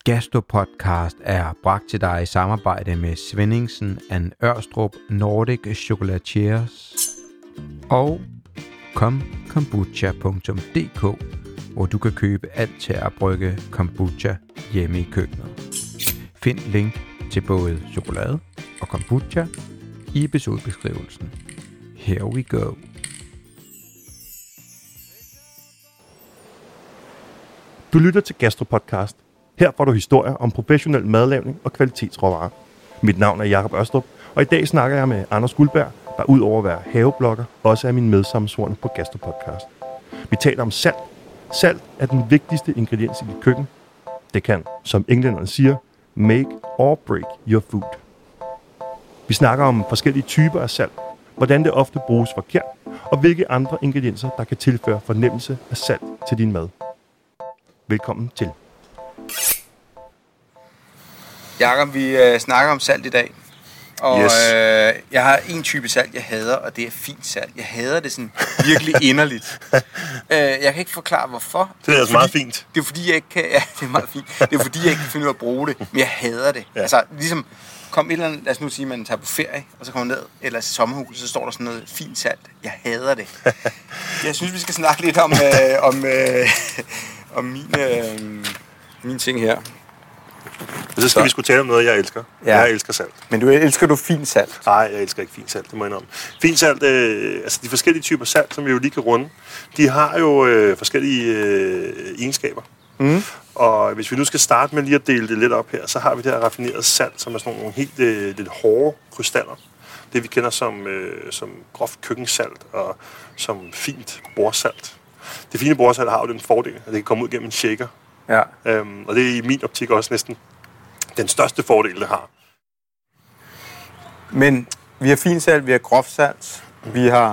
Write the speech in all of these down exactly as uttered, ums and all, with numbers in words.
Gastropodcast er bragt til dig i samarbejde med Svenningsen and Ørstrup Nordic Chocolatiers og kom kombucha punktum d k, hvor du kan købe alt til at brygge kombucha hjemme i køkkenet. Find link til både chokolade og kombucha i episodebeskrivelsen. Here we go. Du lytter til Gastropodcast. Her får du historier om professionel madlavning og kvalitetsråvarer. Mit navn er Jakob Ørstrup, og i dag snakker jeg med Anders Guldberg, der udover at være haveblogger, også er min medsammensvorne på Gastropodcast. Vi taler om salt. Salt er den vigtigste ingrediens i dit køkken. Det kan, som englænderne siger, make or break your food. Vi snakker om forskellige typer af salt, hvordan det ofte bruges forkert, og hvilke andre ingredienser, der kan tilføre fornemmelse af salt til din mad. Velkommen til. Jakob, vi øh, snakker om salt i dag. Og yes. øh, jeg har en type salt, jeg hader, og det er fint salt. Jeg hader det sådan virkelig inderligt. øh, jeg kan ikke forklare, hvorfor. Det er altså meget fint. Det er fordi, jeg ikke kan... Ja, det er meget fint. Det er fordi, jeg ikke kan finde ud af at bruge det. Men jeg hader det. Ja. Altså, ligesom... Kom et eller andet, lad os nu sige, at man tager på ferie, og så kommer ned, eller til sommerhus, så står der sådan noget fint salt. Jeg hader det. Jeg synes, vi skal snakke lidt om, øh, om, øh, om mine, øh, mine ting her. Og så skal så. vi sgu tale om noget, jeg elsker. Ja. Jeg elsker salt. Men du elsker du fint salt? Nej, jeg elsker ikke fint salt, det må jeg indrømme. Fint salt, øh, altså de forskellige typer salt, som vi jo lige kan runde, de har jo øh, forskellige øh, egenskaber. Mm. Og hvis vi nu skal starte med lige at dele det lidt op her, så har vi det her raffineret salt, som er sådan nogle helt øh, lidt hårde krystaller. Det vi kender som, øh, som groft køkkensalt og som fint bordsalt. Det fine bordsalt har jo den fordel, at det kan komme ud gennem en shaker. Ja. Øhm, og det er i min optik også næsten den største fordel, det har. Men vi har fint salt, vi har groft salt, vi har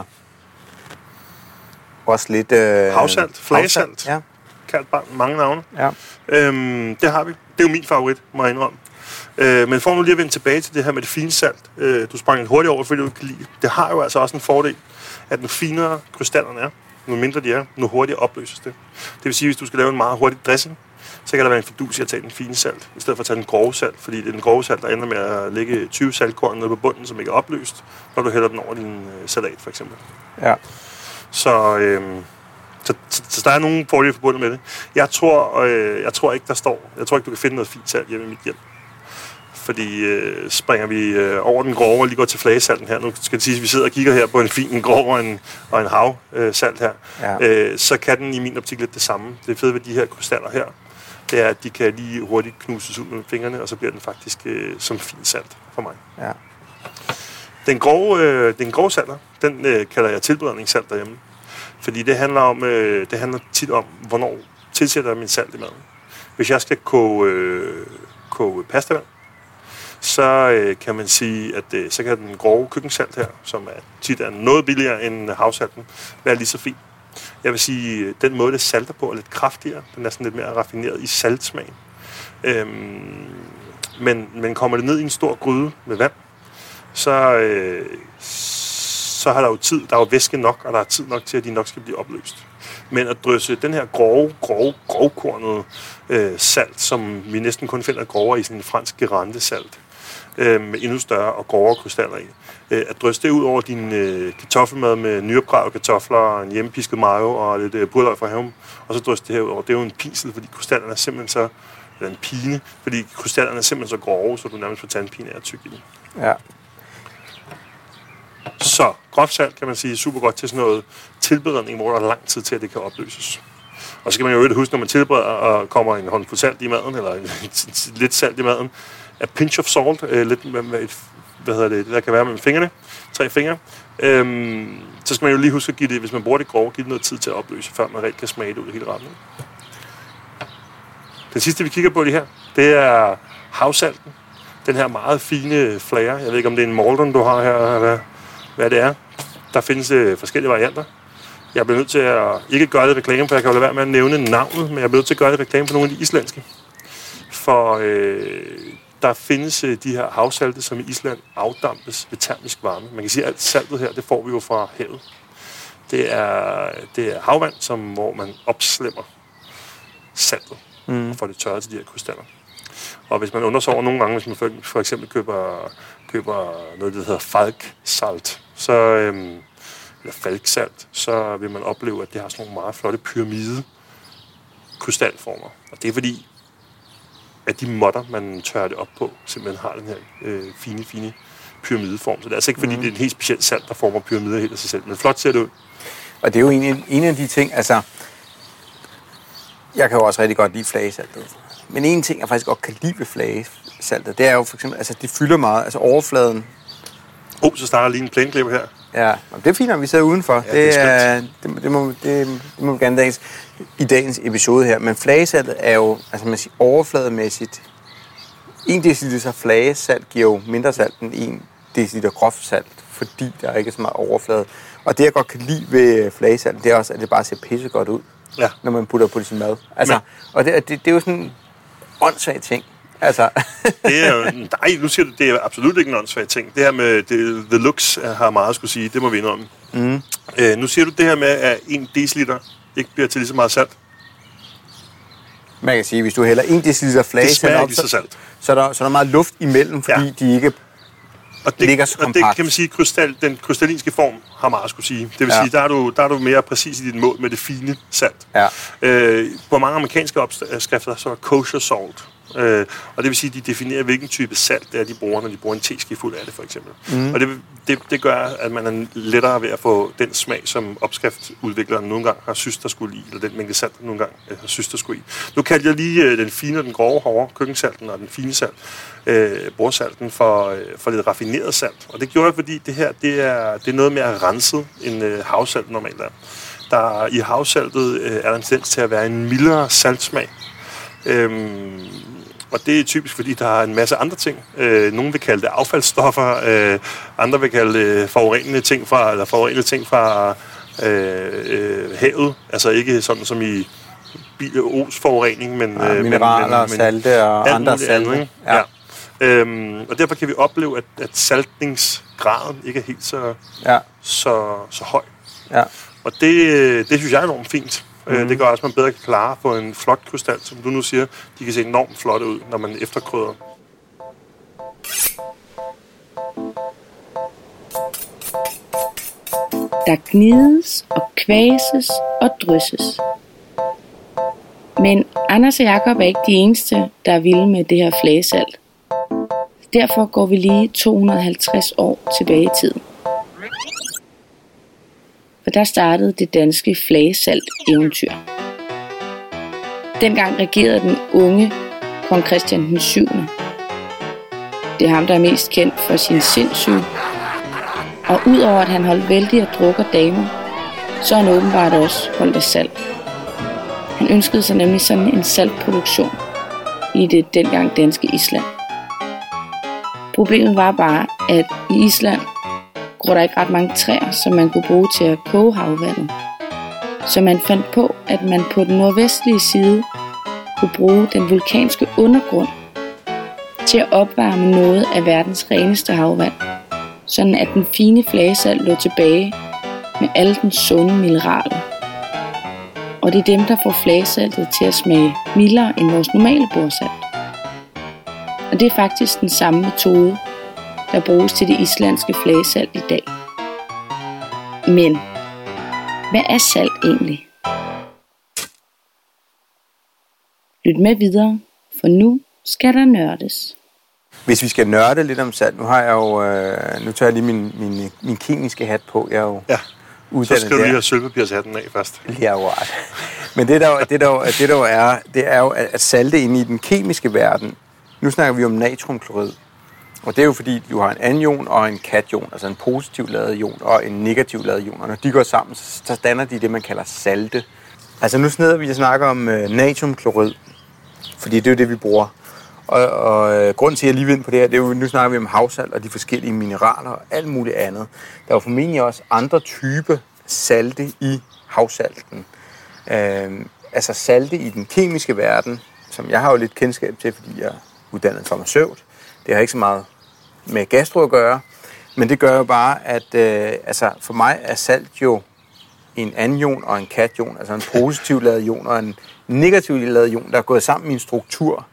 også lidt... Øh, havsalt, flagesalt. Ja. Kaldt bare mange navne. Ja. Øhm, det har vi. Det er jo min favorit, må jeg indrømme. Øh, men for nu lige at vende tilbage til det her med det fine salt. Øh, du sprang lidt hurtigt over, fordi du ikke kan lide det. Det har jo altså også en fordel, at nu finere krystallerne er, nu mindre de er, nu hurtigere opløses det. Det vil sige, hvis du skal lave en meget hurtig dressing, så kan der være en fidus i at tage den fine salt, i stedet for at tage den grove salt, fordi det er den grove salt, der ender med at lægge tyve saltkorn nede på bunden, som ikke er opløst, når du hælder den over din øh, salat, for eksempel. Ja. Så... Øh, Så, så, så der er nogle fordele forbundet med det. Jeg tror, øh, jeg tror ikke, der står... Jeg tror ikke, du kan finde noget fint salt hjemme i mit hjem. Fordi øh, springer vi øh, over den grove og lige går til flagesalten her. Nu skal det sige, at vi sidder og kigger her på en fin, en grov og en, og en hav øh, salt her. Ja. Øh, så kan den i min optik lidt det samme. Det fede ved de her krystaller her, det er, at de kan lige hurtigt knuses ud med fingrene, og så bliver den faktisk øh, som fin salt for mig. Ja. Den grove, øh, den grove salter, den øh, kalder jeg tilberedningssalt derhjemme. Fordi det handler, om, øh, det handler tit om, hvornår tilsætter jeg min salt i maden. Hvis jeg skal koge, øh, koge pastavand, så øh, kan man sige, at øh, så kan den grove køkkensalt her, som er tit er noget billigere end havsalten, være lige så fin. Jeg vil sige, at den måde, det salter på, er lidt kraftigere. Den er sådan lidt mere raffineret i saltsmagen. Øhm, men, men kommer det ned i en stor gryde med vand, så... Øh, så har der jo tid, der er jo væske nok, og der er tid nok til, at de nok skal blive opløst. Men at drysse den her grove, grove, grovkornede øh, salt, som vi næsten kun finder grovere i sådan en fransk Guérande-salt, øh, med endnu større og grovere krystaller i, øh, at drysse det ud over din øh, kartoffelmad med nyopgravede kartofler, en hjemmepisket mayo og lidt øh, purløg fra haven, og så drysse det her ud over. Det er jo en pinsel, fordi krystallerne er simpelthen så, eller en pine, fordi krystallerne er simpelthen så grove, så du nærmest får tandpine af at tygge i den. Ja. Så groft salt kan man sige er super godt til sådan noget tilberedning, hvor der er lang tid til, at det kan opløses. Og så skal man jo huske, når man tilbereder, og kommer en håndfuld salt i maden, eller lidt salt i maden, a pinch of salt, øh, lidt med, med et, hvad hedder det, det der kan være mellem fingrene, tre fingre, øhm, så skal man jo lige huske at give det, hvis man bruger det grove, give det noget tid til at opløse, før man rigtig kan smage det ud hele retten. Den sidste, vi kigger på det her, det er havsalten. Den her meget fine flare. Jeg ved ikke, om det er en Maldon, du har her, eller hvad det er. Der findes øh, forskellige varianter. Jeg bliver nødt til at ikke gøre det reklame, for jeg kan jo lade være med at nævne navnet, men jeg bliver nødt til at gøre det reklame på nogle af de islandske. For øh, der findes øh, de her havsalte, som i Island afdampes ved termisk varme. Man kan sige, at alt saltet her, det får vi jo fra havet. Det er, det er havvand, som, hvor man opslemmer saltet mm. og får det tørret til de her krystaller. Og hvis man undersøger nogle gange, hvis man for, for eksempel køber, køber noget, der hedder falksalt, så, øhm, eller falksalt, så vil man opleve, at det har sådan nogle meget flotte pyramide krystalformer. Og det er fordi, at de måtter, man tørrer det op på, simpelthen har den her øh, fine, fine pyramideform. Så det er altså ikke fordi, mm. det er en helt speciel salt, der former pyramider helt af sig selv. Men flot ser det ud. Og det er jo en, en af de ting, altså... Jeg kan jo også rigtig godt lide flagesaltet. Men en ting, jeg faktisk godt kan lide ved flagesaltet, det er jo for eksempel, altså det fylder meget, altså overfladen. Oh, så starter lige en plæneklipper her. Ja, det er fint, at vi sidder udenfor. Ja, det, det, er, det, det, må, det, det må vi gerne dagens, i dagens episode her. Men flagesaltet er jo, altså man siger, overflademæssigt. En deciliter flagesalt giver jo mindre salt end en deciliter groft salt, fordi der ikke er så meget overflade. Og det, jeg godt kan lide ved flagesalt, det er også, at det bare ser pissegodt ud. Ja. Når man putter på det sin mad. Altså, ja. Og det, det, det er jo sådan en åndssvag ting. Altså. det er jo, nej, nu siger du, det er absolut ikke en åndssvag ting. Det her med det, the looks har meget at skulle sige, det må vi indrømme. Mm. Øh, nu siger du det her med, at en deciliter ikke bliver til lige så meget salt. Man kan sige, hvis du hælder en deciliter flagesalt op, så, salt. Så, er der, så er der meget luft imellem, fordi ja. de ikke og det, ligger så kompakt. Og det kan man sige, krystal, den krystallinske form har meget at skulle sige. Det vil ja. sige, der er, du, der er du mere præcis i dit mål med det fine salt. Ja. Øh, på mange amerikanske opskrifter, så er kosher salt. Øh, og det vil sige, at de definerer, hvilken type salt det er, de bruger, når de bruger en teske fuld af det, for eksempel. Mm. Og det, det, det gør, at man er lettere ved at få den smag, som opskriftudvikleren nogle gange har synes, der skulle i, eller den mængde salt, der nogle gange øh, har synes, der skulle i. Nu kaldte jeg lige øh, den fine og den grove hårde køkkensalten og den fine salt, øh, bordsalten, for, øh, for lidt raffineret salt. Og det gjorde jeg, fordi det her, det er, det er noget mere renset, end øh, havsalt normalt er. Der, I havsaltet øh, er der en tendens til at være en mildere saltsmag. Øhm, og det er typisk, fordi der er en masse andre ting. Øh, nogle vil kalde det affaldsstoffer, øh, andre vil kalde det forurenende ting fra, eller forurenende ting fra øh, øh, havet. Altså ikke sådan som i osforurening, men... Ja, mineraler, men, men, salte og andre salte. Ja. Ja. Øhm, og derfor kan vi opleve, at, at saltningsgraden ikke er helt så, ja. så, så høj. Ja. Og det, det synes jeg er enormt fint. Mm. Det gør også, at man bedre kan klare på en flot krystal, som du nu siger. De kan se enormt flotte ud, når man efterkrydder. Der gnides og kvases og drysses. Men Anders og Jakob er ikke de eneste, der er vilde med det her flagesalt. Derfor går vi lige to hundrede og halvtreds år tilbage i tiden. For der startede det danske flagesalt-eventyr. Dengang regerede den unge kong Christian den syvende. Det er ham, der er mest kendt for sin sindssyge. Og udover at han holdt vældig at drukke damer, så er han åbenbart også holdt af salt. Han ønskede sig nemlig sådan en saltproduktion i det dengang danske Island. Problemet var bare, at i Island gror der ikke ret mange træer, som man kunne bruge til at koge havvandet. Så man fandt på, at man på den nordvestlige side kunne bruge den vulkanske undergrund til at opvarme noget af verdens reneste havvand, sådan at den fine flagesalt lå tilbage med alle den sunde mineraler. Og det er dem, der får flagesaltet til at smage mildere end vores normale bordsalt. Og det er faktisk den samme metode, der bruges til det islandske flagesalt i dag. Men hvad er salt egentlig? Lyt med videre, for nu skal der nørdes. Hvis vi skal nørde lidt om salt, nu har jeg jo, øh, nu tager jeg lige min, min, min kemiske hat på. Jeg er jo ja, så skal du lige have sølvpapirshatten af først. Lige akkurat. Men det der, det, der, det der er, det er jo, at salte inde i den kemiske verden, nu snakker vi om natriumklorid. Og det er jo fordi, du har en anion og en kation, altså en positivt ladet ion og en negativt ladet ion. Og når de går sammen, så danner de det, man kalder salte. Altså nu sneder vi og snakker om øh, natriumklorid, fordi det er jo det, vi bruger. Og, og øh, grunden til, at jeg lige ved på det her, det er jo, nu snakker vi om havsalt og de forskellige mineraler og alt muligt andet. Der er jo formentlig også andre typer salte i havsalten. Øh, altså salte i den kemiske verden, som jeg har jo lidt kendskab til, fordi jeg er uddannet farmaceut. Det har ikke så meget med gastro at gøre, men det gør jo bare, at øh, altså for mig er salt jo en anion og en kation, altså en positivt ladet ion og en negativt ladet ion, der er gået sammen i en struktur,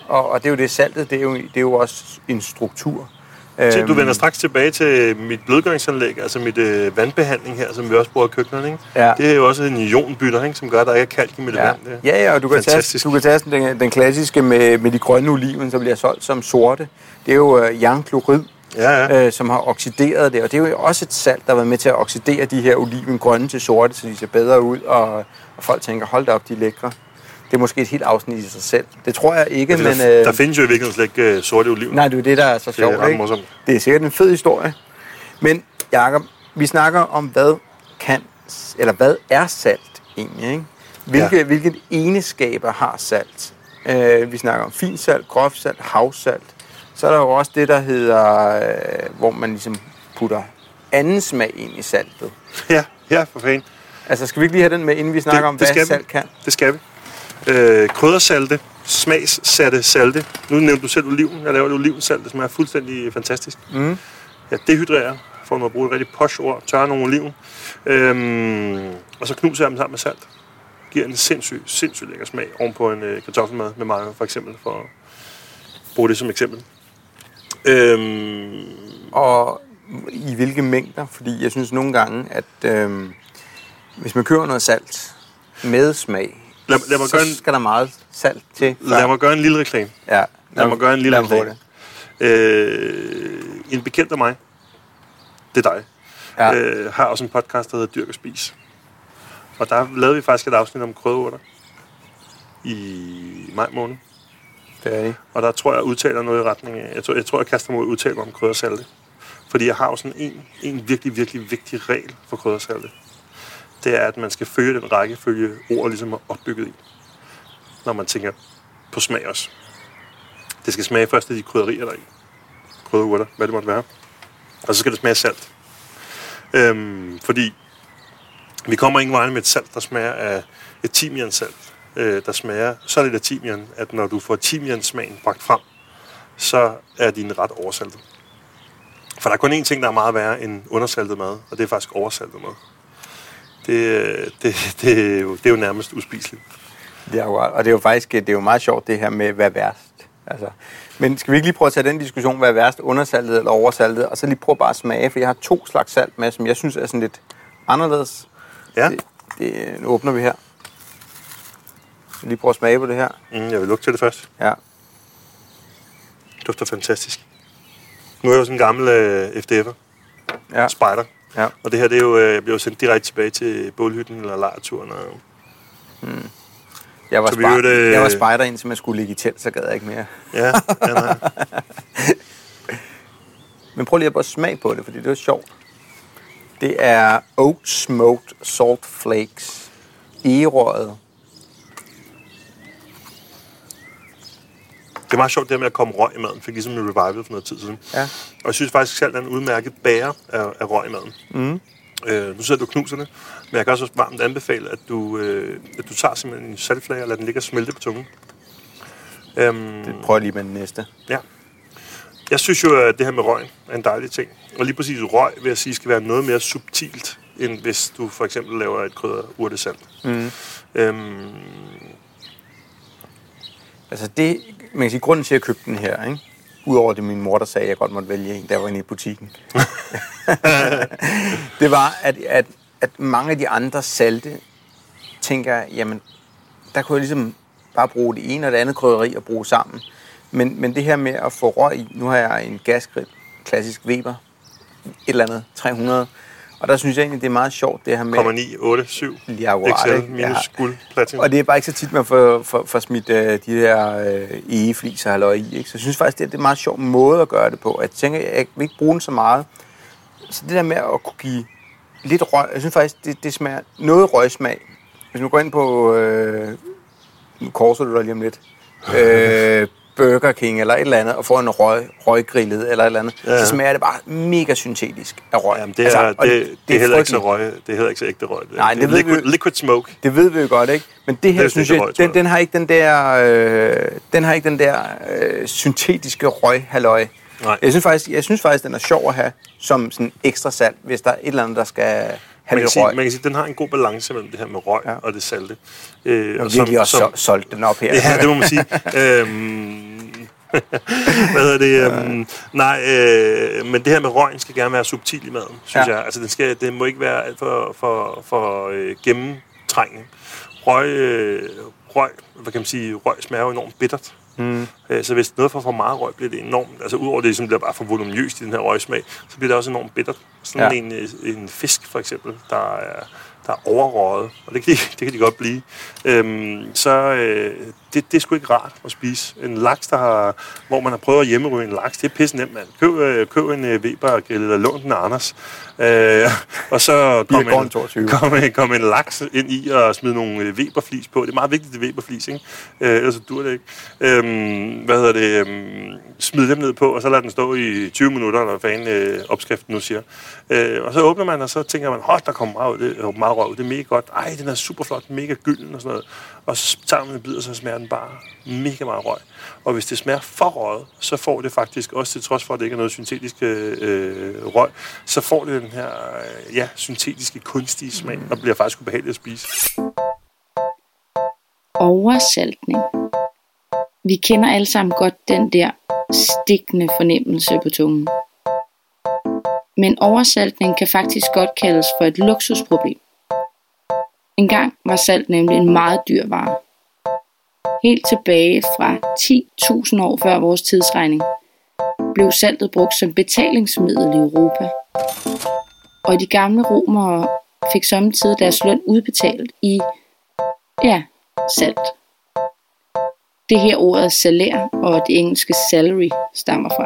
Og, og det er jo det saltet, det er jo, det er jo også en struktur. Se, du vender straks tilbage til mit blødgøringsanlæg, altså mit øh, vandbehandling her, som vi også bruger i køkkenerne, ikke? Ja. Det er jo også en ionbytter, ikke, som gør, at der ikke er kalk i mit Ja. vand. Det er Ja, ja, og du kan tage, fantastisk. du kan tage sådan den, den klassiske med, med de grønne oliven, som bliver solgt som sorte. Det er jo øh, jernklorid, Ja, ja. øh, som har oxideret det, og det er jo også et salt, der har været med til at oxidere de her oliven grønne til sorte, så de ser bedre ud, og, og folk tænker, hold da op, de er lækre. Det er måske et helt afsnit i sig selv. Det tror jeg ikke, Altså, men... der, Øh, der findes jo i virkeligheden slet ikke uh, sorte oliven. nej, det er jo det, der er så det er sjovt, ret ikke? morsomt. Det er sikkert en fed historie. Men, Jacob, vi snakker om, hvad kan, eller hvad er salt egentlig, ikke? Hvilke, Ja. hvilke egenskaber har salt? Øh, vi snakker om fint salt, groft salt, havsalt. Så er der jo også det, der hedder, øh, hvor man ligesom putter anden smag ind i saltet. Ja, ja, for fanden. Altså, skal vi ikke lige have den med, inden vi snakker Det- om, det hvad skal vi. salt kan? Det skal vi. Øh, kryddersalte, smagssatte salte. Nu nævnte du selv oliven. Jeg laver et olivensalt, det smager fuldstændig fantastisk. Mm. Jeg dehydrerer, for at bruge et rigtig posh ord, tørrer nogle oliven. Øhm, og så knuser jeg dem sammen med salt. Giver en sindssyg, sindssyg lækker smag ovenpå en øh, kartoffelmad med mayo, for eksempel, for at bruge det som eksempel. Øhm, Og i hvilke mængder? Fordi jeg synes nogle gange, at øh, hvis man køber noget salt med smag, Lad, lad mig så gøre en, skal der meget salt til. lad mig gøre en lille reklame. Ja, Lad mig gøre en lille lad mig få reklame. Øh, en bekendt af mig, det er dig, Ja. øh, har også en podcast, der hedder Dyrk og Spis. Og der lavede vi faktisk et afsnit om krydderurter i maj måned. Det er det. Og der tror jeg, jeg udtaler noget i retning af, jeg tror, jeg, tror, jeg kaster mig ud og udtaler om kryddersalte. Fordi jeg har jo sådan en, en virkelig, virkelig vigtig regel for kryddersalte. Det er, at man skal følge den rækkefølge, ord ligesom er opbygget i. Når man tænker på smag også. Det skal smage først af de krydderier, der er i. Krydderurter, hvad det måtte være. Og så skal det smage salt. Øhm, fordi vi kommer ingen vegne med et salt, der smager af et timiansalt. Øh, der smager så lidt af timian, at når du får timiansmagen bragt frem, så er din ret oversaltet. For der er kun én ting, der er meget værre end undersaltet mad, og det er faktisk oversaltet mad. Det, det, det, er, jo, det er jo nærmest uspiseligt. Det er jo, og det er jo faktisk det er jo meget sjovt, det her med, hvad er værst. Altså, men skal vi ikke lige prøve at tage den diskussion, hvad er værst, undersaltet eller oversaltet, og så lige prøve bare at smage, for jeg har to slags salt med, som jeg synes er sådan lidt anderledes. Ja, Det, det, nu åbner vi her. Lige prøve at smage på det her. mm, jeg vil lugte til det først. Ja. Det dufter fantastisk. Nu er jeg jo sådan en gammel øh, F D F'er, Ja. spejder. Ja. Og det her, det er jo, øh, jeg bliver jo sendt direkte tilbage til bålhytten eller lejrturen. Og Jeg var, Så vi er jo spejder, det- jeg var spejder, indtil man skulle ligge i telt, så gad jeg ikke mere. ja, ja, nej. Men prøv lige at bare smage på det, fordi det er sjovt. Det er Oat Smoked Salt Flakes. Egerøget. Det er meget sjovt det her med at komme røg i maden. Fik ligesom en revival for noget tid siden. Ja. Og jeg synes faktisk selv, at den udmærket bærer af, af røg i maden. Mm. Øh, nu sidder du og knuser det, men jeg kan også varmt anbefale, at du, øh, at du tager simpelthen en saltflage og lader den ligge og smelte på tungen. Øhm, Det prøver jeg lige med den næste. ja. Jeg synes jo, at det her med røg er en dejlig ting. Og lige præcis røg, vil jeg sige, skal være noget mere subtilt, end hvis du for eksempel laver et krydder urtesalt. Mm. Øhm, Altså det, man kan sige, grunden til at jeg købte den her, ikke? Udover det min mor, der sagde, at jeg godt måtte vælge en, der var inde i butikken. Det var, at, at, at mange af de andre salte, tænker jeg, jamen, der kunne jeg ligesom bare bruge det ene og det andet krydderi og bruge sammen. Men, men det her med at få røg i, nu har jeg en gasgrill, klassisk Weber, et eller andet, tre hundrede. Og der synes jeg egentlig, det er meget sjovt, det her med... komma ni, otte, syv, Ja, wow, Excel, ikke? minus Ja. guld, platin. Og det er bare ikke så tit, man får, får, får smidt øh, de her øh, egefliser halløj i. Ikke? Så jeg synes faktisk, det er en meget sjov måde at gøre det på. Jeg tænker, jeg vil ikke bruge den så meget. Så det der med at kunne give lidt røg, jeg synes faktisk, det, det smager noget røgsmag. Hvis man går ind på, øh, nu korser du dig lige om lidt, øh, Burger King eller et eller andet, og får en røg, røggrillet eller et eller andet, Ja. så smager det bare mega syntetisk af røg. Jamen, det er, altså, det, det, det, det er heller ikke så frygteligt. røg. Det er heller ikke så ægte røg. Nej, det, det er ved liquid, vi- liquid smoke. Det ved vi jo godt, ikke? Men det her, Det er synes ikke jeg, røg, tror den, jeg. den har ikke den der, øh, den har ikke den der øh, syntetiske røghalløj. Nej. Jeg synes faktisk, jeg synes faktisk, den er sjov at have som sådan ekstra salt, hvis der er et eller andet, der skal have Man kan, lidt sige, røg. man kan sige, at den har en god balance mellem det her med røg Ja. ja. og det salte. Øh, Jeg har virkelig også som, solgt den op her. Ja, det må man sige. øhm, Hvad er det? Um, nej, øh, men det her med røgen skal gerne være subtil i maden, synes ja. jeg. Altså, den, skal, den må ikke være alt for, for, for øh, gennemtrængende. Røg, øh, røg, hvad kan man sige, røg smager jo enormt bittert. Mm. Så hvis noget får for meget røg, bliver det enormt, altså udover det, som bliver bare for voluminøst i den her røgsmag, så bliver det også enormt bittert. Sådan ja. en, en fisk for eksempel, der er, der er overrøget, og det kan de, det kan de godt blive. Øhm, så øh, det, det er sgu ikke rart at spise. En laks, der har, hvor man har prøvet at hjemmeryge en laks, det er pisse nemt, mand. Køb, øh, køb en øh, Weber-grill eller lån den af Anders. Øh, og så kom en, kom, en, kom en laks ind i og smide nogle øh, Weber-flis på. Det er meget vigtigt, det Weber-flis, ikke? Øh, ellers så dur det ikke. Øhm, hvad hedder det? Øhm, smid dem ned på, og så lader den stå i tyve minutter, eller hvad fanden øh, opskriften nu siger. Øh, og så åbner man, og så tænker man, hold, der kommer meget, det, øh, meget røv, det er mega godt. Ej, den er super flot, mega gylden og sådan noget. Og så tager man en bid, og så smager den bare mega meget røg. Og hvis det smager for røget, så får det faktisk, også til trods for, at det ikke er noget syntetisk øh, røg, så får det den her øh, ja, syntetiske, kunstige smag, og bliver faktisk ubehageligt at spise. Oversaltning. Vi kender alle sammen godt den der stikkende fornemmelse på tungen. Men oversaltning kan faktisk godt kaldes for et luksusproblem. En gang var salt nemlig en meget dyr vare. Helt tilbage fra ti tusind år før vores tidsregning blev saltet brugt som betalingsmiddel i Europa. Og de gamle romere fik samtidig deres løn udbetalt i, ja, salt. Det her ordet salær og det engelske salary stammer fra.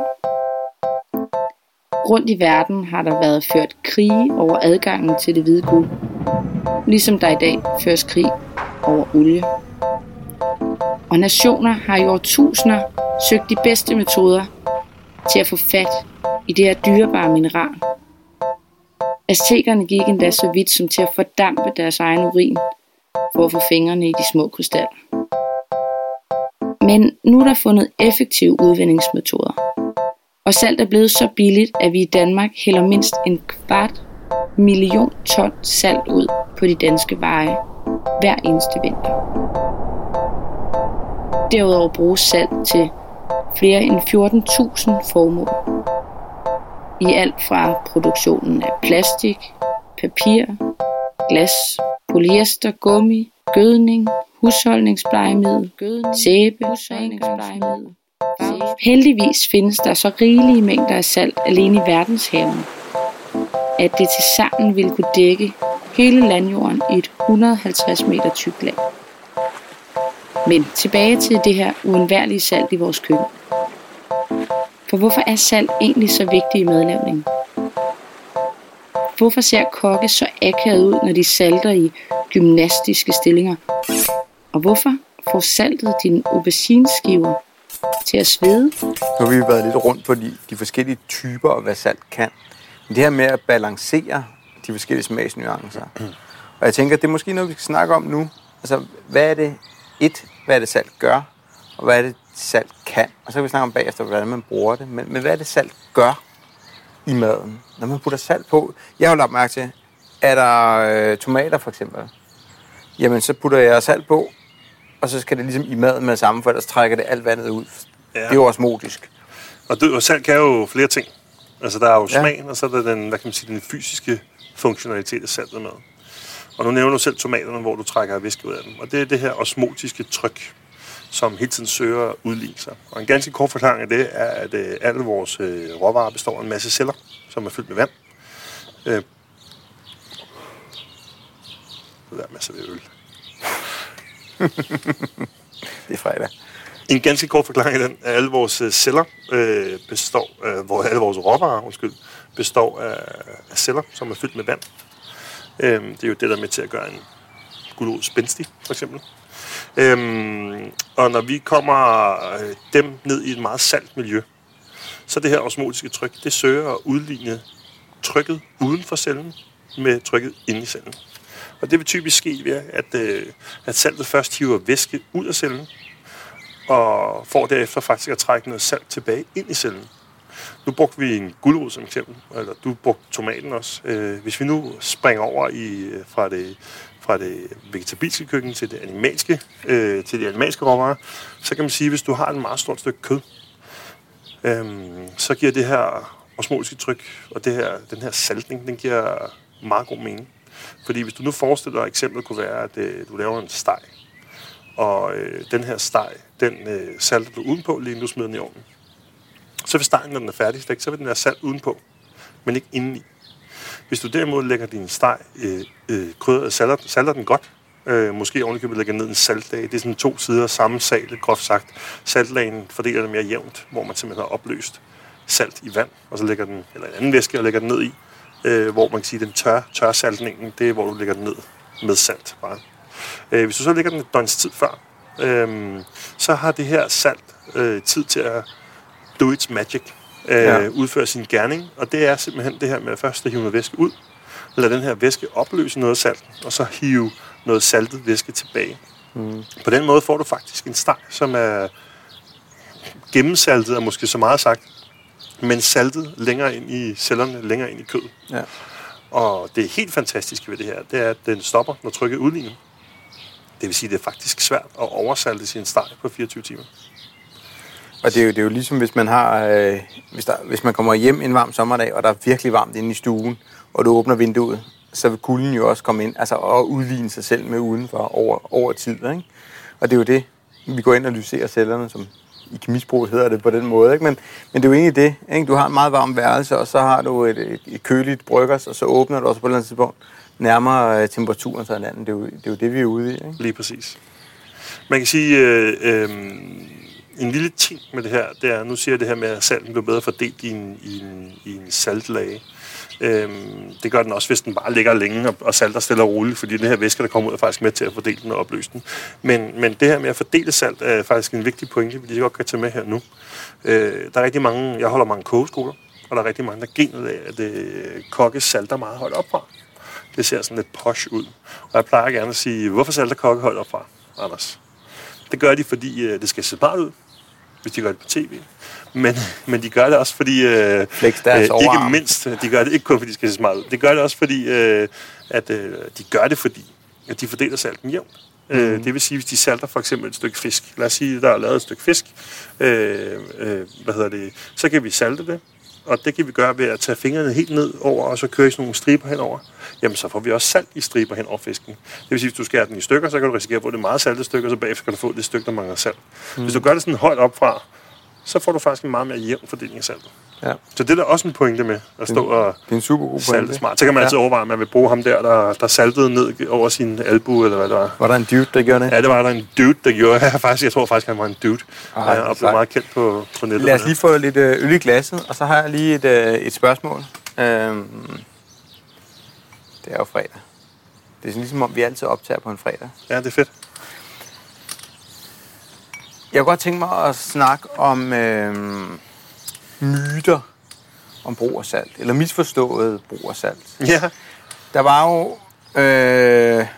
Rundt i verden har der været ført krige over adgangen til det hvide guld, ligesom der i dag føres krig over olie. Og nationer har i årtusinder søgt de bedste metoder til at få fat i det her dyrebare mineral. Aztekerne gik endda så vidt som til at fordampe deres egen urin for at få fingrene i de små krystaller. Men nu er der fundet effektive udvindingsmetoder. Og salt er blevet så billigt, at vi i Danmark hælder mindst en kvart million ton salt ud på de danske veje hver eneste vinter. Derudover bruges salt til flere end fjorten tusind formål. I alt fra produktionen af plastik, papir, glas, polyester, gummi, gødning, husholdningsplejemiddel, sæbe, husholdningsplejemiddel. Heldigvis findes der så rigelige mængder af salt alene i verdenshavene, at det tilsammen ville kunne dække hele landjorden i et et hundrede og halvtreds meter tykt lag. Men tilbage til det her uundværlige salt i vores køkken. For hvorfor er salt egentlig så vigtigt i madlavningen? Hvorfor ser kokke så akavet ud, når de salter i gymnastiske stillinger? Og hvorfor får saltet dine aubergineskiver til at svede? Nu har vi været lidt rundt på de, de forskellige typer af, hvad salt kan. Men det her med at balancere de forskellige smagsnuancer. Og jeg tænker, det er måske noget, vi skal snakke om nu. Altså, hvad er det et, hvad er det salt gør, og hvad er det salt kan? Og så kan vi snakke om bagefter, hvordan man bruger det. Men, men hvad er det salt gør i maden, når man putter salt på? Jeg har lagt mærke til, er der øh, tomater for eksempel, jamen så putter jeg salt på, og så skal det ligesom i maden med det samme, for ellers trækker det alt vandet ud. Ja. Det er jo osmotisk. Og, og salt kan jo flere ting. Altså der er jo smagen, ja. Og så er der den, hvad kan man sige, den fysiske funktionalitet af saltet med. Og nu nævner du selv tomaterne, hvor du trækker væske ud af dem. Og det er det her osmotiske tryk, som hele tiden søger at udligne sig. Og en ganske kort forklaring af det er, at øh, alle vores øh, råvarer består af en masse celler, som er fyldt med vand. Øh, det er masser af øl. Det er fredag. En ganske kort forklaring af den, at alle vores celler øh, består, øh, hvor alle vores råvarer, undskyld, består af, af celler, som er fyldt med vand. Øh, det er jo det, der er med til at gøre en gulerod spændstig, for eksempel. Øhm, og når vi kommer øh, dem ned i et meget salt miljø, så det her osmotiske tryk, det søger at udligne trykket uden for cellen med trykket inde i cellen. Og det vil typisk ske ved, at, øh, at saltet først hiver væske ud af cellen, og får derefter faktisk at trække noget salt tilbage ind i cellen. Nu brugte vi en gulerod som eksempel, eller du brugte tomaten også. Øh, hvis vi nu springer over i, fra det fra det vegetabilske køkken til det animalske, øh, til de animalske råvarer, så kan man sige, at hvis du har et meget stort stykke kød, øhm, så giver det her osmotiske tryk, og det her, den her saltning, den giver meget god mening. Fordi hvis du nu forestiller dig, eksemplet kunne være, at øh, du laver en steg, og øh, den her steg, den øh, salter du udenpå, lige nu smider den i ovnen. Så vil stegen, når den er færdigstegt, så vil den være salt udenpå, men ikke indeni. Hvis du derimod lægger din steg, øh, øh, krydder, salter, salter den godt, øh, måske ovenikøbet lægger ned en saltlag, det er sådan to sider samme sal, groft sagt. Saltlagen fordeler det mere jævnt, hvor man simpelthen har opløst salt i vand, og så lægger den, eller en anden væske, og lægger den ned i, øh, hvor man kan sige, den tør, tørsaltningen, det er, hvor du lægger den ned med salt bare. Øh, hvis du så lægger den et døgns tid før, øh, så har det her salt øh, tid til at do its magic, øh, ja. udføre sin gerning, og det er simpelthen det her med at først at hive noget væske ud, lade den her væske opløse noget salt, og så hive noget saltet væske tilbage. Mm. På den måde får du faktisk en steg, som er gennemsaltet, er måske så meget sagt, men saltet længere ind i cellerne, længere ind i kødet. Ja. Og det helt fantastiske ved det her, det er, at den stopper, når trykket udligner. Det vil sige, at det er faktisk svært at oversalte sin steg på fireogtyve timer. Og det er jo, det er jo ligesom, hvis man har, øh, hvis, der, hvis man kommer hjem en varm sommerdag, og der er virkelig varmt inde i stuen, og du åbner vinduet, så vil kulden jo også komme ind, altså og udligne sig selv med udenfor over, over tid, ikke? Og det er jo det, vi går ind og lyserer cellerne, som i kemisprog hedder det på den måde, ikke? Men, men det er jo egentlig det, ikke? Du har en meget varm værelse, og så har du et, et, et køligt bryggers, og så åbner du også på et eller andet tidspunkt nærmere temperaturen til hinanden. Det er jo det, er jo det vi er ude i, ikke? Lige præcis. Man kan sige, øh, øh, en lille ting med det her, det er, nu siger jeg det her med, at salten bliver bedre fordelt i en, i en, i en saltlage. Øhm, det gør den også, hvis den bare ligger længe og, og salter stille og roligt, fordi den her væske, der kommer ud, er faktisk med til at fordele den og opløse den. Men, men det her med at fordele salt er faktisk en vigtig pointe, vi lige godt kan tage med her nu. Øh, der er rigtig mange, jeg holder mange kogeskoler, og der er rigtig mange, der genet af, at øh, kokke salter meget højt op fra. Det ser sådan lidt posh ud. Og jeg plejer gerne at sige, hvorfor salter kokke højt op fra, Anders? Det gør de, fordi øh, det skal se smart ud, hvis de gør det på tv. Men, men de gør det også, fordi... Øh, øh, ikke mindst, de gør det ikke kun, fordi de skal se smart ud. De gør det også, fordi øh, at, øh, de gør det, fordi at de fordeler salten jævnt. Mm. Øh, det vil sige, hvis de salter for eksempel et stykke fisk. Lad os sige, der er lavet et stykke fisk. Øh, øh, hvad hedder det? Så kan vi salte det. Og det kan vi gøre ved at tage fingrene helt ned over, og så køre i sådan nogle striber henover. Jamen, så får vi også salt i striber hen over fisken. Det vil sige, hvis du skærer den i stykker, så kan du risikere at få det meget salte stykke, og så bagefter kan du få det stykke, der mangler salt. Mm. Hvis du gør det sådan højt op fra, så får du faktisk en meget mere jævn fordeling af saltet. Ja. Så det er der også en pointe med, at stå og det er en super god salte smart. Så kan man ja. altid overveje, at man vil bruge ham der, der, der saltede ned over sin albu, eller hvad det var. Var der en dude, der gjorde det? Ja, det var der en dude, der gjorde det. faktisk, jeg tror faktisk, han var en dude. Ej, jeg er blevet meget kendt på, på nettet. Lad os lige få lidt øl i glasset, og så har jeg lige et, et spørgsmål. Øhm, det er jo fredag. Det er sådan ligesom, om vi altid optager på en fredag. Ja, det er fedt. Jeg kunne godt tænke mig at snakke om øh, myter om brug af salt, eller misforstået brug af salt. Ja. Der var jo øh,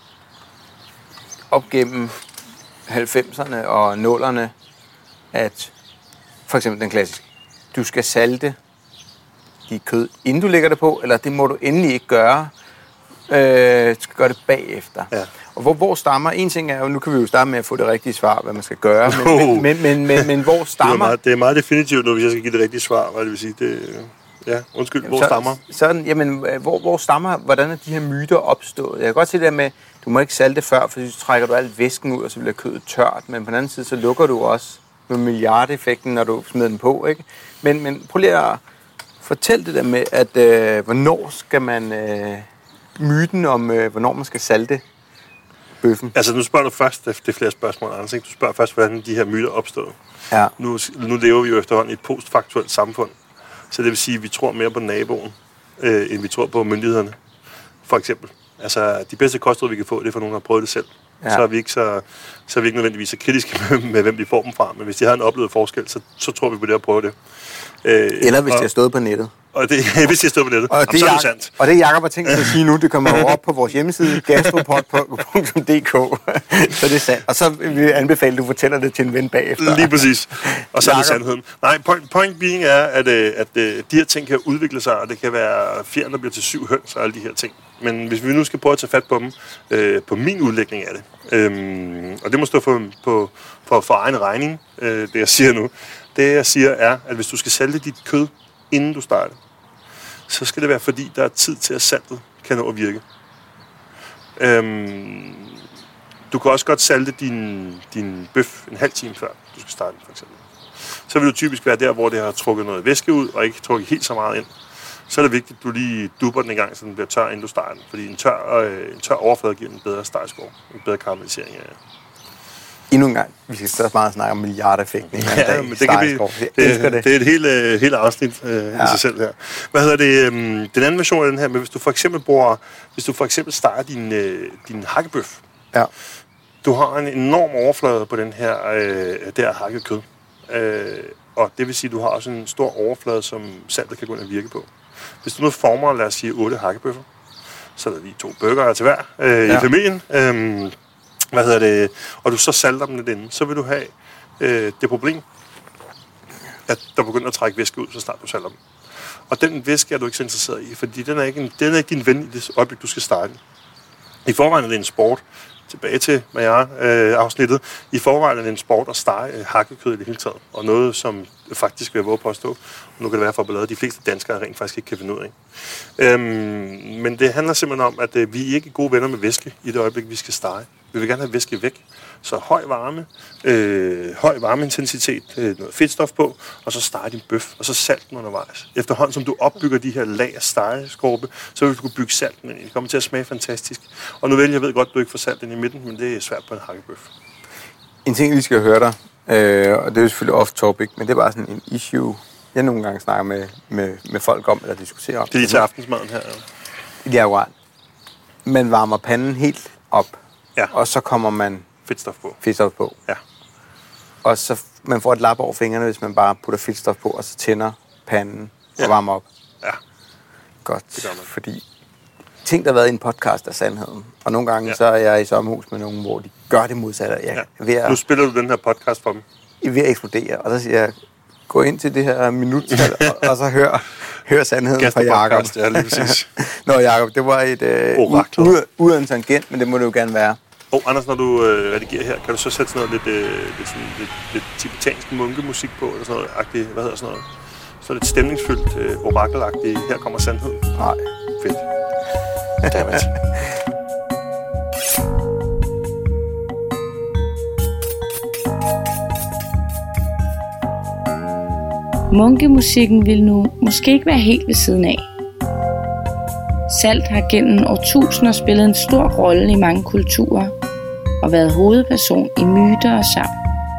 op gennem halvfemserne og nullerne, at for eksempel den klassiske, du skal salte dit kød, inden du lægger det på, eller det må du endelig ikke gøre. Øh, du skal gøre det bagefter. Ja. Og hvor, hvor stammer, en ting er jo, nu kan vi jo starte med at få det rigtige svar, hvad man skal gøre, men, men, men, men, men, men hvor stammer... Det er, meget, det er meget definitivt nu, hvis jeg skal give det rigtige svar, hvad det vil sige. Det, ja, undskyld, jamen, hvor så, stammer? Sådan, jamen, hvor, hvor stammer, hvordan er de her myter opstået? Jeg kan godt se det der med, du må ikke salte før, for så trækker du alt væsken ud, og så bliver kødet tørt, men på den anden side, så lukker du også med milliardeffekten, når du smider den på, ikke? Men, men prøv lige at fortælle det der med, at øh, hvornår skal man... Øh, myten om, øh, hvornår man skal salte bøffen. Altså, nu spørger du først, det er flere spørgsmål, Anders, ikke? Du spørger først, hvordan de her myter opstod. Ja. Nu, nu lever vi jo efterhånden i et postfaktuelt samfund, så det vil sige, at vi tror mere på naboen, øh, end vi tror på myndighederne, for eksempel. Altså, de bedste kostråd, vi kan få, det er for nogen, der har prøvet det selv. Ja. Så er vi ikke så, så er vi ikke nødvendigvis så kritiske med, med, hvem vi får dem fra, men hvis de har en oplevet forskel, så, så tror vi på det at prøve det. Øh, Eller hvis og, de har stået på nettet. Og det, hvis jeg stod på nettet, og jamen, det, så er det Jak- sandt. og det Jacob har tænkt sig at sige nu, det kommer jo op på vores hjemmeside, gastropod punktum d k. Så det er sandt. Og så vil jeg anbefale, at du fortæller det til en ven bagefter. Lige præcis. Og så er det Jacob. sandheden. Nej, point, point being er, at, øh, at øh, de her ting kan udvikle sig, og det kan være fjern, der bliver til syv høns og alle de her ting. Men hvis vi nu skal prøve at tage fat på dem, øh, på min udlægning af det, øh, og det må stå for, på, for, for egen regning, øh, det jeg siger nu, det jeg siger er, at hvis du skal sælge dit kød, inden du starter, så skal det være, fordi der er tid til, at saltet kan nå at virke. Øhm, du kan også godt salte din, din bøf en halv time før du skal starte, for eksempel. Så vil du typisk være der, hvor det har trukket noget væske ud, og ikke trukket helt så meget ind. Så er det vigtigt, at du lige dupper den en gang, så den bliver tør, inden du starter. Fordi en tør, øh, en tør overflade giver en bedre stegskår, en bedre karamellisering af Endnu en gang. Vi skal så meget snakke om milliardeffekten. Ja, men det kan vi. Det, det. det er et helt, uh, helt afsnit uh, ja. i sig selv her. Hvad hedder det? Um, den anden version af den her, men hvis du for eksempel bruger, hvis du for eksempel starter din, uh, din hakkebøf, ja. du har en enorm overflade på den her, uh, der hakket kød. Uh, og det vil sige, at du har også en stor overflade, som saltet kan gå ind og virke på. Hvis du nu former, lad os sige, otte hakkebøffer, så er der lige to burgere til hver uh, ja. i familien. Um, Hvad hedder det? Og du så salter dem lidt inden, så vil du have øh, det problem, at der begynder at trække væske ud, så snart du salter dem. Og den væske er du ikke så interesseret i, fordi den er ikke, en, den er ikke din ven i det øjeblik, du skal starte. I forvejen er det en sport, tilbage til Maillard-afsnittet, i forvejen er det en sport at stege øh, hakkekød i det hele taget, og noget, som faktisk vil jeg våge at påstå, og nu kan det være for ballade, de fleste danskere rent faktisk ikke kan finde ud af. Øhm, men det handler simpelthen om, at øh, vi er ikke gode venner med væske i det øjeblik, vi skal stege. Vi vil gerne have væske væk. Så høj varme, øh, høj varmeintensitet, øh, noget fedtstof på, og så stege din bøf, og så salt den undervejs. Efterhånden som du opbygger de her lag af stegeskorpe, så vil du kunne bygge salten ind. Det kommer til at smage fantastisk. Og nu vel, jeg ved godt, du ikke får salt ind i midten, men det er svært på en hakkebøf. En ting, vi skal høre dig, øh, og det er jo selvfølgelig off-topic, men det er bare sådan en issue, jeg nogle gange snakker med, med, med folk om, eller diskuterer om. Det er lige til aftensmaden her. Ja, jo. Man varmer panden helt op, ja. og så kommer man fedtstof på. Fedtstof på. Ja. Og så man får et lap over fingrene, hvis man bare putter fedtstof på, og så tænder panden ja. og varmer op. Ja. Godt, fordi ting, der har været i en podcast, er sandheden. Og nogle gange ja. så er jeg i sommerhus med nogen, hvor de gør det modsatte. Jeg ja. ved at, nu spiller du den her podcast for dem. I er ved at eksplodere, og så siger jeg, gå ind til det her minuttal, og, og så hør, hør sandheden fra Jacob. Ja, lige præcis. Nå, Jacob, det var et øh, ud, ud af en tangent, men det må det jo gerne være. Og oh, Anders, når du øh, redigerer her, kan du så sætte sådan noget lidt, øh, lidt, sådan, lidt, lidt tibetansk munkemusik på, eller sådan noget agtigt, hvad hedder sådan noget? Så lidt stemningsfyldt, øh, orakelagtigt, her kommer sandhed. Nej. Fedt. Dammit. Munkemusikken vil nu måske ikke være helt ved siden af. Salt har gennem årtusinder spillet en stor rolle i mange kulturer og været hovedperson i myter og sagn.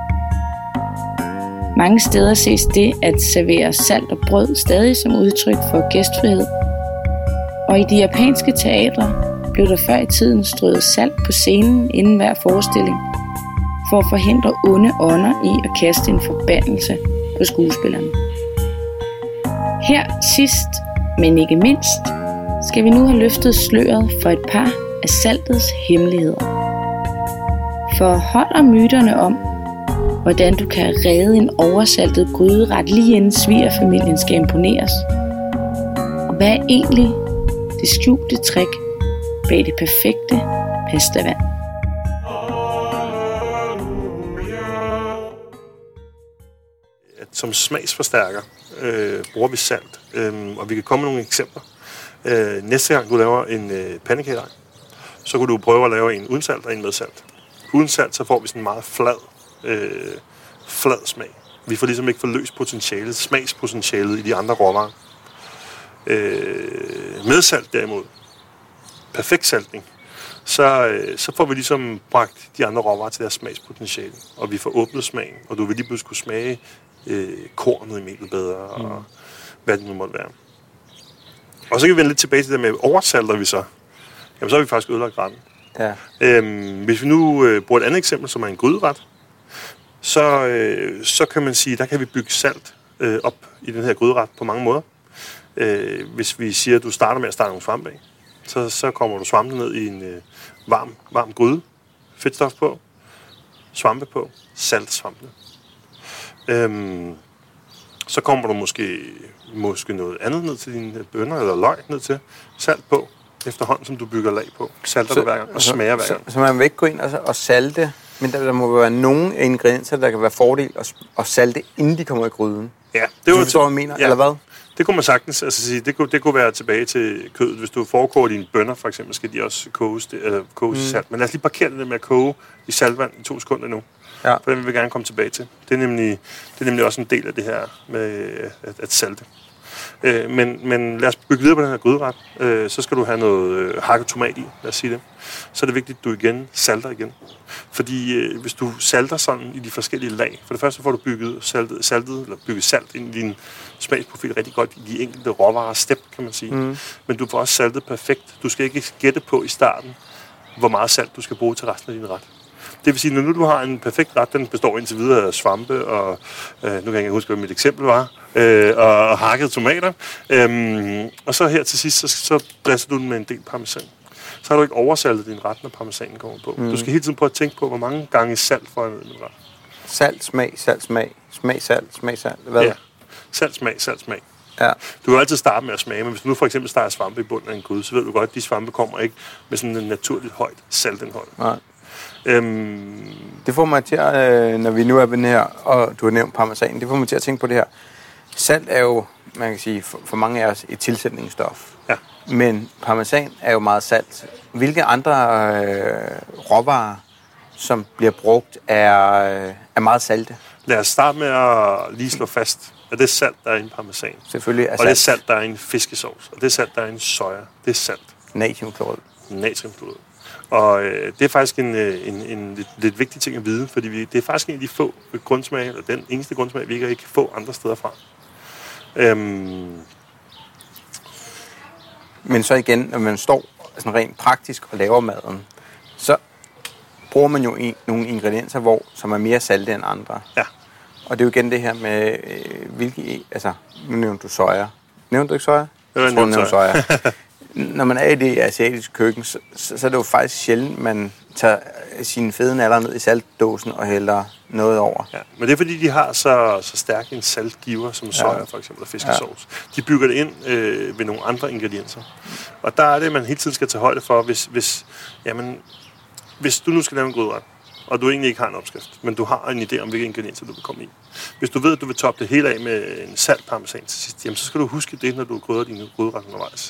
Mange steder ses det at servere salt og brød stadig som udtryk for gæstfrihed. Og i de japanske teatre blev der før i tiden strøget salt på scenen inden hver forestilling, for at forhindre onde ånder i at kaste en forbandelse på skuespillerne. Her sidst, men ikke mindst, skal vi nu have løftet sløret for et par af saltets hemmeligheder. For holder myterne om, hvordan du kan redde en oversaltet gryderet lige inden svigerfamilien skal imponeres? Og hvad er egentlig det skjulte trick bag det perfekte pastavand? Som smagsforstærker øh, bruger vi salt, øh, og vi kan komme med nogle eksempler. Øh, næste gang du laver en øh, pandekagedej, så kan du prøve at lave en uden salt og en med salt. Uden salt, så får vi sådan en meget flad, øh, flad smag. Vi får ligesom ikke forløst potentialet, smagspotentialet i de andre råvarer. Øh, med salt derimod, perfekt saltning, så, øh, så får vi ligesom bragt de andre råvarer til deres smagspotentiale, og vi får åbnet smagen, og du vil lige pludselig kunne smage øh, kornet i melet bedre, og mm. hvad det nu måtte være. Og så kan vi vende lidt tilbage til det med, oversalter vi så, jamen så har vi faktisk ødelagt retten. Ja. Øhm, hvis vi nu øh, bruger et andet eksempel, som er en gryderet, så, øh, så kan man sige, der kan vi bygge salt øh, op i den her gryderet på mange måder. Øh, hvis vi siger, at du starter med at starte nogle svampe af, så, så kommer du svampe ned i en øh, varm, varm gryde, fedtstof på, svampe på, salt svampe. Øhm, så kommer du måske, måske noget andet ned til dine bønner, eller løg ned til, salt på, efterhånden som du bygger lag på. Salter så, du hver gang, og smager hver gang. Så, så man vil ikke gå ind og, og salte, men der, der må være nogle ingredienser, der kan være fordel at, at salte, inden de kommer i gryden. Ja, det er jo så, jeg mener, ja. Eller hvad? Det kunne man sagtens altså sige. Det kunne, det kunne være tilbage til kødet. Hvis du forkoger dine bønner, for eksempel, skal de også koges, eller koges mm. i salt. Men lad os lige parkere det med at koge i saltvand i to sekunder nu. Ja. For det vil vi gerne komme tilbage til. Det er nemlig, det er nemlig også en del af det her med at, at salte. Øh, men, men lad os bygge videre på den her gryderet. Øh, så skal du have noget øh, hakket tomat i, lad os sige det. Så er det vigtigt, at du igen salter igen. Fordi øh, hvis du salter sådan i de forskellige lag, for det første får du bygget saltet, saltet eller bygget salt ind i din smagsprofil rigtig godt i de enkelte råvarer step, kan man sige. Mm. Men du får også saltet perfekt. Du skal ikke gætte på i starten, hvor meget salt du skal bruge til resten af din ret. Det vil sige, når nu du har en perfekt ret, den består indtil videre af svampe, og øh, nu kan jeg ikke huske, hvad mit eksempel var, øh, og, og hakkede tomater. Øhm, og så her til sidst, så, så dresser du den med en del parmesan. Så har du ikke oversaltet din ret, når parmesanen kommer på. Mm. Du skal hele tiden prøve at tænke på, hvor mange gange salt får jeg ned i min ret. Salt, smag, salt, smag. Smag, salt, smag, salt. Hvad? Ja, salt, smag, salt, smag. Ja. Du kan altid starte med at smage, men hvis du nu for eksempel starter svampe i bunden af en gryde, så ved du godt, at de svampe kommer ikke med sådan en naturligt højt saltindhold. Nej. Øhm, det får mig til at, øh, når vi nu er ved den her, og du har nævnt parmesan, det får mig til at tænke på det her. Salt er jo, man kan sige, for, for mange af os et tilsætningsstof. Ja. Men parmesan er jo meget salt. Hvilke andre øh, råvarer, som bliver brugt, er, øh, er meget salte? Lad os starte med at lige slå fast, at det er salt, der er i en parmesan. Selvfølgelig er og salt. det er salt, der er i en fiskesauce. Og det er salt, der er i en soja. Det er salt. Natriumklorid. Natriumklorid. Og øh, det er faktisk en, en, en lidt, lidt vigtig ting at vide, fordi vi, det er faktisk en af de få grundsmage, eller den eneste grundsmag, vi ikke kan få andre steder fra. Øhm. Men så igen, når man står sådan rent praktisk og laver maden, så bruger man jo en, nogle ingredienser, hvor, som er mere salte end andre. Ja. Og det er jo igen det her med, øh, hvilke, altså, nu nævnte du soja. Nævnte du ikke soja? Jeg, jeg tror, du nævnte soja. Når man er i det asiatiske køkken, så, så er det jo faktisk sjældent, man tager sine fede naller ned i saltdåsen og hælder noget over. Ja, men det er fordi, de har så, så stærk en saltgiver, som soja for eksempel og fiskesauce. Ja. De bygger det ind øh, ved nogle andre ingredienser. Og der er det, man hele tiden skal tage højde for, hvis, hvis, jamen, hvis du nu skal lave en gryderet, og du egentlig ikke har en opskrift, men du har en idé om, hvilke ingredienser du vil komme i. Hvis du ved, at du vil toppe det hele af med en salt parmesan til sidst, jamen, så skal du huske det, når du gryder dine gryderet undervejs.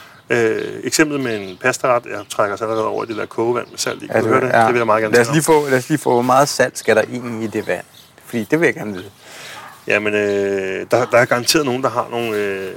Øh, eksemplet med en pastaret, jeg trækker os allerede over i det der kogevand med salt i. Kan ja, du høre det? Ja. Det vil jeg meget gerne lad os lige få, lad os lige få, hvor meget salt skal der ind i det vand? Fordi det vil jeg gerne vide. Jamen, øh, der, der er garanteret nogen, der har nogle, øh,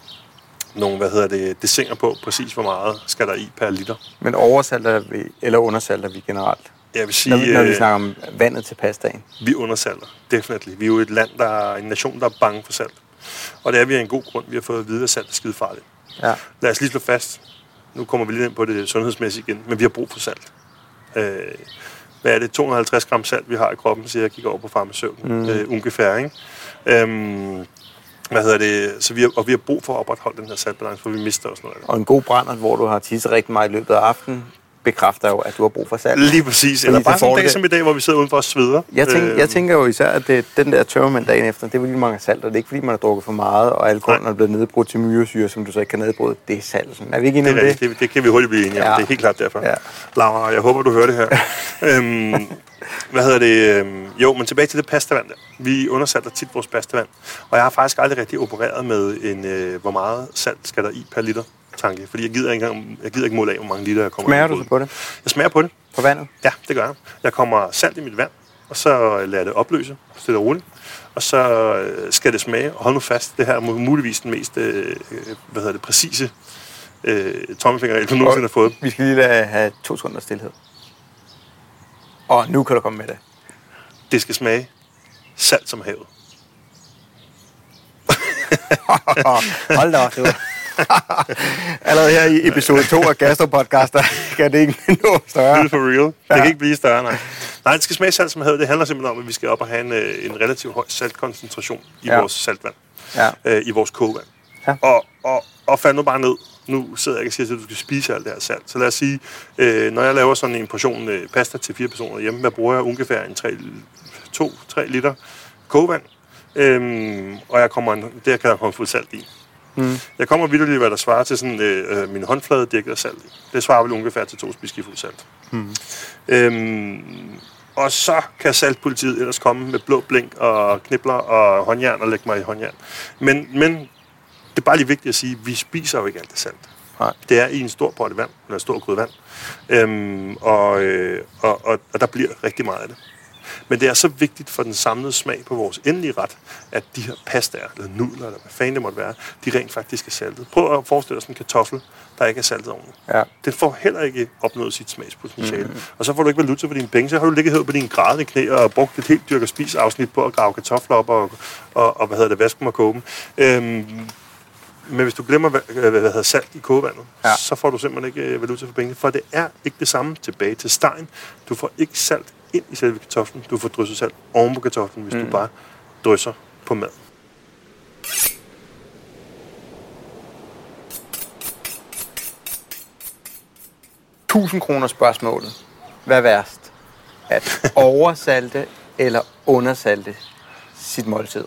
nogle hvad hedder det, desinger på, præcis hvor meget skal der i per liter. Men oversalter vi, eller undersalter vi generelt? Jeg vil sige, når, vi, når vi snakker om vandet til pastaen. Vi undersalter, definitivt. Vi er jo et land, der er en nation, der er bange for salt. Og det er vi af en god grund. Vi har fået at vide, at salt er skidefarligt. Ja. Lad os lige slå fast. Nu kommer vi lige ind på det sundhedsmæssige igen, men vi har brug for salt. Øh, hvad er det? to hundrede og halvtreds gram salt, vi har i kroppen, så jeg kigger over på farmaceuten. Mm. Øh, ungefær, ikke? Øhm, hvad hedder det? Så vi har, og vi har brug for at opretholde den her saltbalance, for vi mister også noget af det. Og en god brændert, hvor du har tisset rigtig meget i løbet af aftenen, bekræfter jo, at du har brug for salt. Lige præcis. Eller bare sådan en dag det. Som i dag, hvor vi sidder udenfor og sveder. Jeg tænker, øh, jeg tænker jo især, at det, den der tørmand dagen efter, det er fordi, man har salt, og det er ikke fordi, man har drukket for meget, og alkoholen er blevet nedbrudt til myresyre, som du så ikke kan nedbryde. Det er salt. Er vi ikke enige om det? Det, det kan vi hurtigt blive enige om. Ja. Det er helt klart derfor. Ja. Laura, jeg håber, du hører det her. øhm, hvad hedder det? Øhm, jo, men tilbage til det pastavand der. Vi undersalter tit vores pastavand, og jeg har faktisk aldrig rigtig opereret med, en, øh, hvor meget salt skal der i per liter. Tanke, fordi jeg gider ikke engang, jeg gider ikke måle af, hvor mange liter jeg kommer. Smager du så på det? Jeg smager på det. På vandet? Ja, det gør jeg. Jeg kommer salt i mit vand, og så lader det opløse, stille og roligt. Og så skal det smage, og hold nu fast, det her er muligvis den mest, øh, hvad hedder det, præcise øh, tommelfingerregel, du nogensinde har fået. Vi skal lige lade have to sekunder stillhed. Og nu kan du komme med det. Det skal smage salt som havet. Hold da op, du. Allerede her i episode to af Gastropodcaster kan det ikke nå større. Det er for real. Det ja. Kan ikke blive større, nej. Nej, det skal smage salt som havet. Det handler simpelthen om, at vi skal op og have en, en relativt høj saltkoncentration i ja. vores saltvand. Ja. Øh, I vores kogevand. Ja. Og, og, og fald nu bare ned. Nu sidder jeg ikke og siger, at du skal spise alt det her salt. Så lad os sige, øh, når jeg laver sådan en portion øh, pasta til fire personer hjemme, der bruger jeg ungefær en to til tre liter kogevand. Øhm, og jeg kommer en, der kan der komme fuld salt i. Mm. Jeg kommer vitterligt, hvad der svarer til sådan øh, min håndflade dækket af salt i. Det svarer vel ungefær til to spiseskefulde salt. Mm. Øhm, og så kan saltpolitiet ellers komme med blå blink og knibler og håndjern og lægge mig i håndjern. Men, men det er bare lige vigtigt at sige, at vi spiser jo ikke alt det salt. Nej. Det er i en stor potte vand, eller en stor gryde vand. Øhm, og, øh, og, og, og der bliver rigtig meget af det. Men det er så vigtigt for den samlede smag på vores endelige ret, at de her pastaer, eller nudler, eller hvad fanden det måtte være, de rent faktisk er saltet. Prøv at forestille dig sådan en kartoffel, der ikke er saltet ordentligt. Ja. Den får heller ikke opnået sit smagspotentiale. Mm-hmm. Og så får du ikke valuta for dine penge, så har du ligget her på dine grædende knæ og brugt et helt dyrk og spis afsnit på at grave kartofler op og, og, og hvad hedder det, vaske dem og koge dem. Øhm, men hvis du glemmer, hvad, hvad hedder salt i kogevandet, ja. Så får du simpelthen ikke valuta for penge, for det er ikke det samme tilbage til stegen. Du får ikke salt ind i selve kartoflen. Du får drysset salt oven på kartoflen, hvis mm. du bare drysser på mad. tusind kroner spørgsmålet. Hvad er værst? At oversalte eller undersalte sit måltid?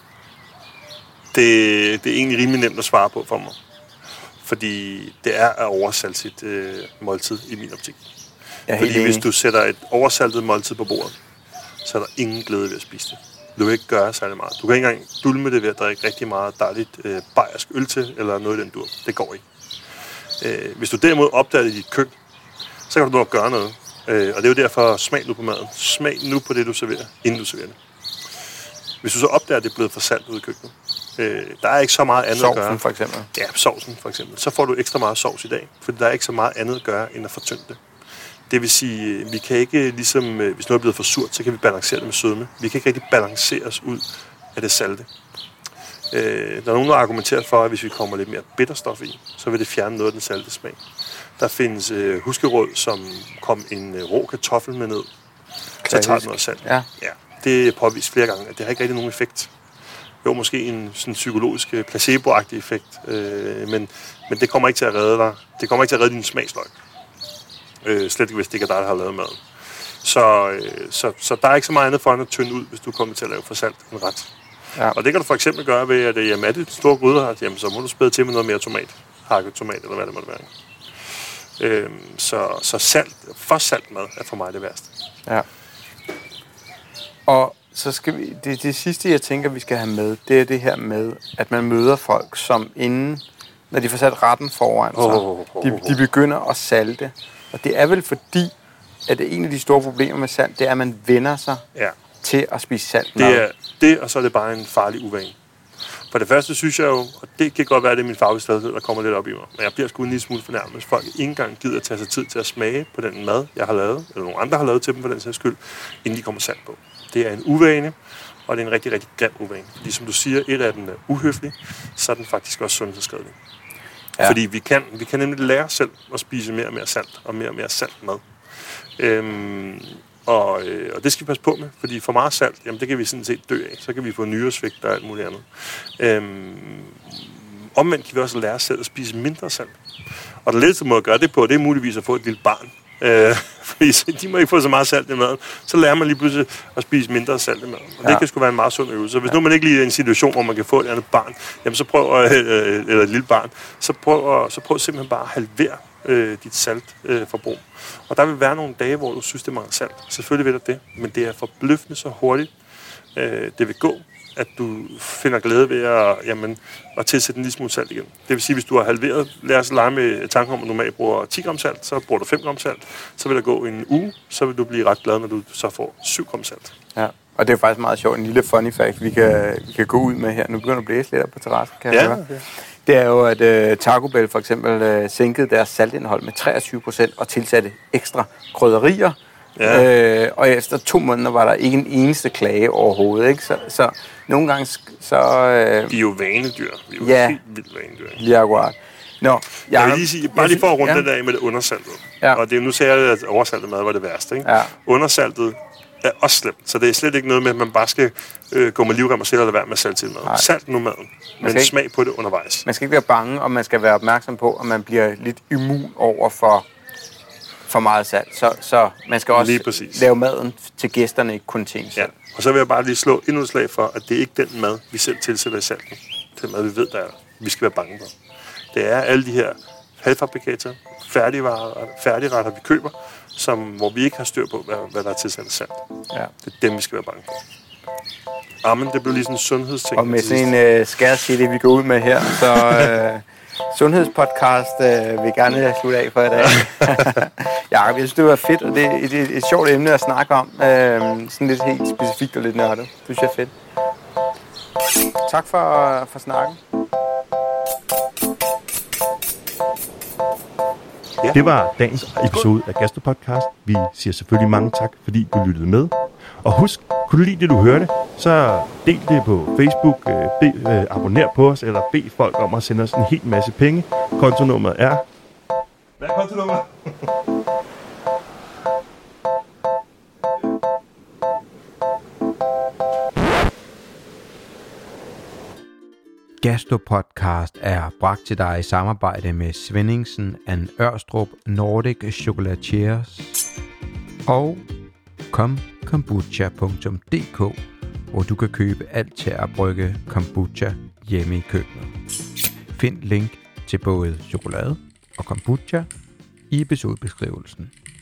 Det, det er egentlig rimelig nemt at svare på for mig. Fordi det er at oversalte sit øh, måltid i min optik. Fordi hvis du sætter et oversaltet måltid på bordet, så er der ingen glæde ved at spise det. Du vil ikke gøre særlig meget. Du kan ikke engang dulme det ved at drikke rigtig meget dejligt øh, bayersk øl til, eller noget i den dur. Det går ikke. Øh, hvis du derimod opdager det i dit køkken, så kan du nok gøre noget. Øh, og det er jo derfor, smag nu på maden. Smag nu på det, du serverer, inden du serverer det. Hvis du så opdager, at det er blevet for salt ud i køkkenet, øh, der er ikke så meget andet sovsen, at gøre. for eksempel. Ja, sovsen for eksempel. Så får du ekstra meget sovs i dag, for der er ikke så meget andet at gøre, end at fortynde det. Det vil sige, vi kan ikke ligesom, hvis noget er blevet for surt, så kan vi balancere det med sødme. Vi kan ikke rigtig balancere os ud af det salte. Øh, der er nogen, der argumenterer for, at hvis vi kommer lidt mere bitterstof i, så vil det fjerne noget af den salte smag. Der findes øh, huskeråd, som kom en øh, rå kartoffel med ned. Så tager det noget salt. Ja. Ja, det er påvist flere gange, at det har ikke rigtig nogen effekt. Jo, måske en sådan psykologisk placebo-agtig effekt, øh, men, men det kommer ikke til at redde dig. Det kommer ikke til at redde din smagsløg. Øh, slet ikke, hvis det ikke er dig, der har lavet maden. Så, øh, så, så der er ikke så meget andet for at tynde ud, hvis du kommer til at lave for salt en ret. Ja. Og det kan du for eksempel gøre ved, at jamen, er det store gryder her, jamen, så må du spæde til med noget mere tomat. Hakket tomat, eller hvad det måtte være. Øh, så, så salt, for salt mad er for mig det værste. Ja. Og så skal vi, det, det sidste, jeg tænker, vi skal have med, det er det her med, at man møder folk, som inden, når de får sat retten foran sig, oh, oh, oh, de, de begynder at salte. Og det er vel fordi, at det er en af de store problemer med salt, det er, at man vender sig ja. til at spise salt. Det er det, og så er det bare en farlig uvane. For det første synes jeg jo, og det kan godt være, at det er min faglige stadhed, der kommer lidt op i mig, men jeg bliver sgu en lille smule fornærmet, hvis folk ikke engang gider at tage sig tid til at smage på den mad, jeg har lavet, eller nogen andre har lavet til dem på den sags skyld, inden de kommer salt på. Det er en uvane, og det er en rigtig, rigtig grim uvane. Fordi som du siger, et af den er uhøflig, så er den faktisk også sundhedsskadelig. Ja. Fordi vi kan, vi kan nemlig lære selv at spise mere og mere salt, og mere og mere salt mad. Øhm, og, øh, og det skal vi passe på med, fordi for meget salt, jamen det kan vi sådan set dø af. Så kan vi få nyresvigt og alt muligt andet. Øhm, omvendt kan vi også lære selv at spise mindre salt. Og den letteste måde at gøre det på, det er muligvis at få et lille barn. Øh, fordi de må ikke få så meget salt i maden. Så lærer man lige pludselig at spise mindre salt i maden. Og ja. det kan sgu være en meget sund øvelse. Så hvis ja. nu man ikke lige er i en situation, hvor man kan få et andet barn, jamen så prøv at, øh, eller et lille barn, så prøv, at, så prøv simpelthen bare at halvere øh, dit saltforbrug. Øh, og der vil være nogle dage, hvor du synes, det mangler salt. Selvfølgelig vil der det, men det er forbløffende så hurtigt. Øh, det vil gå, at du finder glæde ved at, jamen, at tilsætte en lille smule salt igen. Det vil sige, hvis du har halveret, lad os lege med tanken om, at du normalt bruger ti gram salt, så bruger du fem gram salt, så vil der gå en uge, så vil du blive ret glad, når du så får syv gram salt. Ja, og det er faktisk meget sjovt. En lille funny fact, vi kan, vi kan gå ud med her. Nu begynder det at blæse lidt på terrassen, kan jeg ja, høre. Okay. Det er jo, at uh, Taco Bell for eksempel uh, sænkede deres saltindhold med treogtyve procent og tilsatte ekstra krydderier. Ja. Øh, og efter to måneder var der ikke en eneste klage overhovedet, ikke? Så, så nogle gange så... Øh, de er jo vanedyr. Vi er jo ja, helt vildt vanedyr. Lige akkurat. Nå, jeg, jeg vil lige sige, bare lige for at runde ja. det der af med det undersaltet. Ja. Og det er nu sagde jeg, at oversaltet mad var det værste, ikke? Ja. Undersaltet er også slemt. Så det er slet ikke noget med, at man bare skal øh, gå med livrem og selv og lade være med salt til maden. Salt nu maden, men ikke, smag på det undervejs. Man skal ikke være bange, og man skal være opmærksom på, at man bliver lidt immun over for, for meget salt. Så, så man skal også lave maden til gæsterne, ikke kun til en selv. Ja. Og så vil jeg bare lige slå endnu et slag for, at det er ikke den mad, vi selv tilsætter i salten. Det er mad, vi ved, der er, vi skal være bange for. Det er alle de her halvfabrikater, færdigvarer, færdigretter, vi køber, som, hvor vi ikke har styr på, hvad, hvad der er tilsat af salt. Ja. Det er dem, vi skal være bange for. Amen, det blev lige sådan en sundhedsting. Og med sådan en øh, skærcity, vi går ud med her, så øh, sundhedspodcast øh, vil gerne slutte af for i dag. Jakob, jeg synes, det var fedt, og det er et, et, et sjovt emne at snakke om. Øh, sådan lidt helt specifikt og lidt nørdet. Det synes jeg er fedt. Tak for, for snakken. Ja. Det var dagens episode af Gastropodcast. Vi siger selvfølgelig mange tak, fordi du lyttede med. Og husk, kunne du lide det, du hørte, så del det på Facebook, øh, be, øh, abonner på os, eller bed folk om at sende os en hel masse penge. Kontonummeret er... Hvad er kontonummeret? Gastropodcast er bragt til dig i samarbejde med Svenningsen and Ørstrup Nordic Chocolatiers og kom kombucha punktum d k, hvor du kan købe alt til at brygge kombucha hjemme i køkkenet. Find link til både chokolade og kombucha i episodebeskrivelsen.